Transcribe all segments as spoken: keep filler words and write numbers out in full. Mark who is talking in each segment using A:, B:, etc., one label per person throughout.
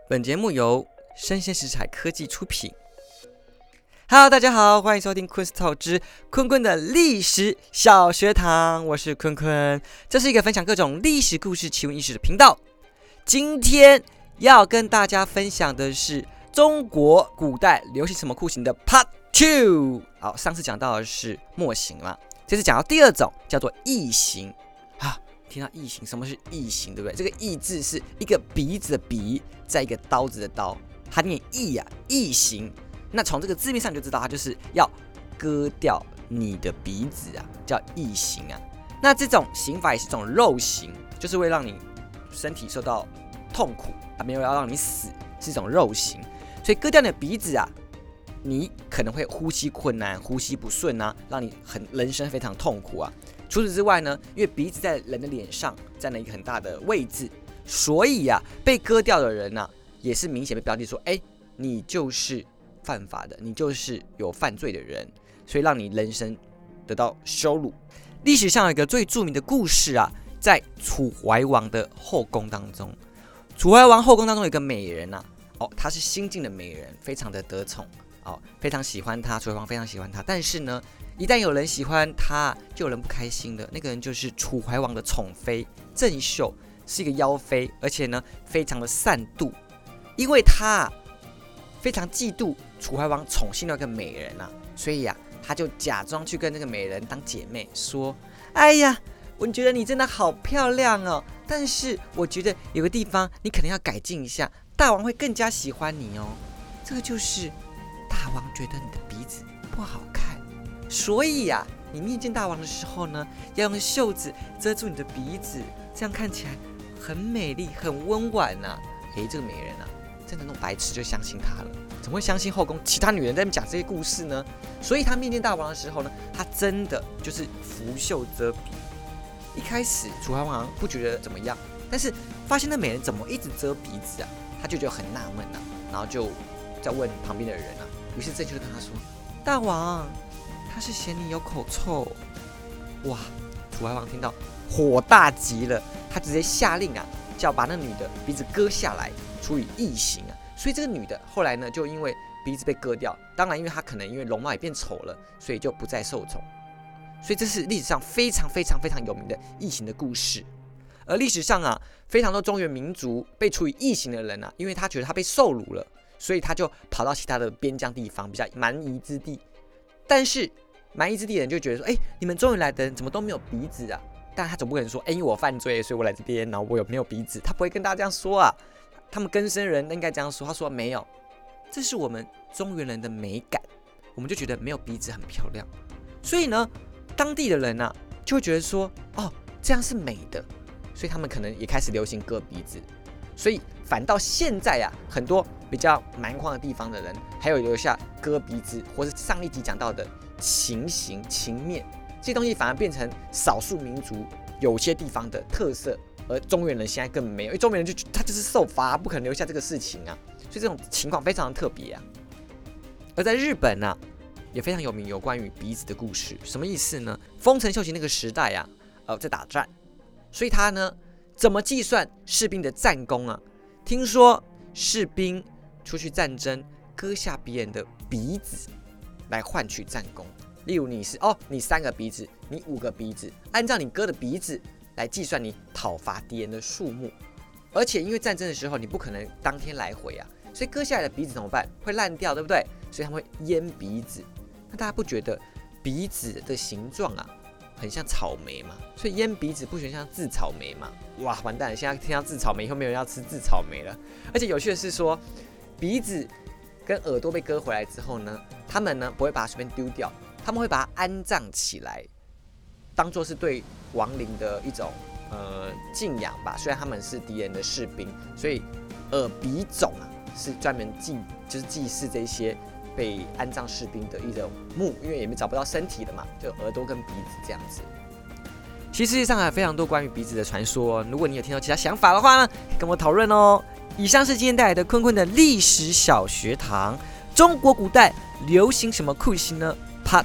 A: 本节目由生鲜食材科技出品。Hello， 大家好，欢迎收听 Crystal 之坤坤的历史小学堂，我是坤坤，这是一个分享各种历史故事、奇闻异事的频道。今天要跟大家分享的是中国古代流行什么酷刑的 Part Two。好，上次讲到的是墨刑嘛，这次讲到第二种，叫做异刑。啊，听到异刑，什么是异刑，对不对？这个异字是一个鼻子的鼻，再一个刀子的刀，它念异啊，异刑。那从这个字面上就知道，它就是要割掉你的鼻子啊，叫异刑啊。那这种刑法也是一种肉刑，就是为了让你身体受到痛苦啊，没有要让你死，是一种肉刑。所以割掉你的鼻子啊，你可能会呼吸困难、呼吸不顺啊，让你很人生非常痛苦啊。除此之外呢，因为鼻子在人的脸上占了一个很大的位置，所以啊，被割掉的人啊，也是明显被标记说，哎，你就是犯法的，你就是有犯罪的人，所以让你人生得到羞辱。历史上有一个最著名的故事啊，在楚怀王的后宫当中，楚怀王后宫当中有一个美人啊，哦，她是新晋的美人，非常的得宠，哦，非常喜欢她，楚怀王非常喜欢她。但是呢，一旦有人喜欢她，就有人不开心的。那个人就是楚怀王的宠妃郑袖，是一个妖妃，而且呢，非常的善妒，因为她非常嫉妒楚怀王宠幸那个美人啊，所以呀、啊，他就假装去跟那个美人当姐妹，说：“哎呀，我觉得你真的好漂亮哦，但是我觉得有个地方你可能要改进一下，大王会更加喜欢你哦。这个就是大王觉得你的鼻子不好看，所以呀、啊，你面见大王的时候呢，要用袖子遮住你的鼻子，这样看起来很美丽、很温婉呐、啊。哎，这个美人啊。”真的那种白痴就相信他了，怎么会相信后宫其他女人在那边讲这些故事呢？所以他面见大王的时候呢，他真的就是拂袖遮鼻。一开始楚怀王不觉得怎么样，但是发现那美人怎么一直遮鼻子啊，他就觉得很纳闷啊，然后就在问旁边的人啊。于是郑袖就跟他说：“大王，他是嫌你有口臭。”哇！楚怀王听到火大极了，他直接下令啊，叫把那女的鼻子割下来。处以异刑啊，所以这个女的后来呢，就因为鼻子被割掉，当然因为她可能因为容貌也变丑了，所以就不再受宠。所以这是历史上非常非常非常有名的异刑的故事。而历史上啊，非常多中原民族被处以异刑的人啊，因为他觉得他被受辱了，所以他就跑到其他的边疆地方，比较蛮夷之地。但是蛮夷之地的人就觉得说，哎，你们中原来的人怎么都没有鼻子啊？但他总不可能说，哎，因为我犯罪，所以我来这边，然后我有没有鼻子？他不会跟大家这样说啊。他们根生人应该这样说，他说没有，这是我们中原人的美感，我们就觉得没有鼻子很漂亮，所以呢，当地的人啊就会觉得说，哦，这样是美的，所以他们可能也开始流行割鼻子，所以反倒现在啊，很多比较蛮荒的地方的人，还有留下割鼻子，或是上一集讲到的情刑、情面这些东西，反而变成少数民族有些地方的特色。而中原人现在根本没有，因为中原人就他就是受罚，不可能留下这个事情啊，所以这种情况非常的特别啊。而在日本啊，也非常有名有关于鼻子的故事，什么意思呢？丰臣秀吉那个时代啊，呃，在打战，所以他呢怎么计算士兵的战功啊？听说士兵出去战争，割下别人的鼻子来换取战功。例如你是哦，你三个鼻子，你五个鼻子，按照你割的鼻子来计算你讨伐敌人的数目，而且因为战争的时候你不可能当天来回啊，所以割下来的鼻子怎么办？会烂掉，对不对？所以他们会腌鼻子。那大家不觉得鼻子的形状啊很像草莓吗？所以腌鼻子不觉得像自草莓吗？哇，完蛋了！现在听到自草莓，以后没有人要吃自草莓了。而且有趣的是说，鼻子跟耳朵被割回来之后呢，他们呢不会把它随便丢掉，他们会把它安葬起来。当作是对亡灵的一种呃敬仰吧。虽然他们是敌人的士兵，所以耳鼻冢啊是专门祭就是祭祀这些被安葬士兵的一种墓，因为也找不到身体了嘛，就耳朵跟鼻子这样子。其实世界上还有非常多关于鼻子的传说，如果你有听到其他想法的话呢，可以跟我讨论哦。以上是今天带来的坤坤的历史小学堂，中国古代流行什么酷刑呢 ？Part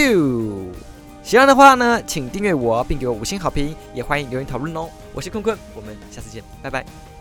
A: Two。喜欢的话呢，请订阅我，并给我五星好评，也欢迎留言讨论哦。我是坤坤，我们下次见，拜拜。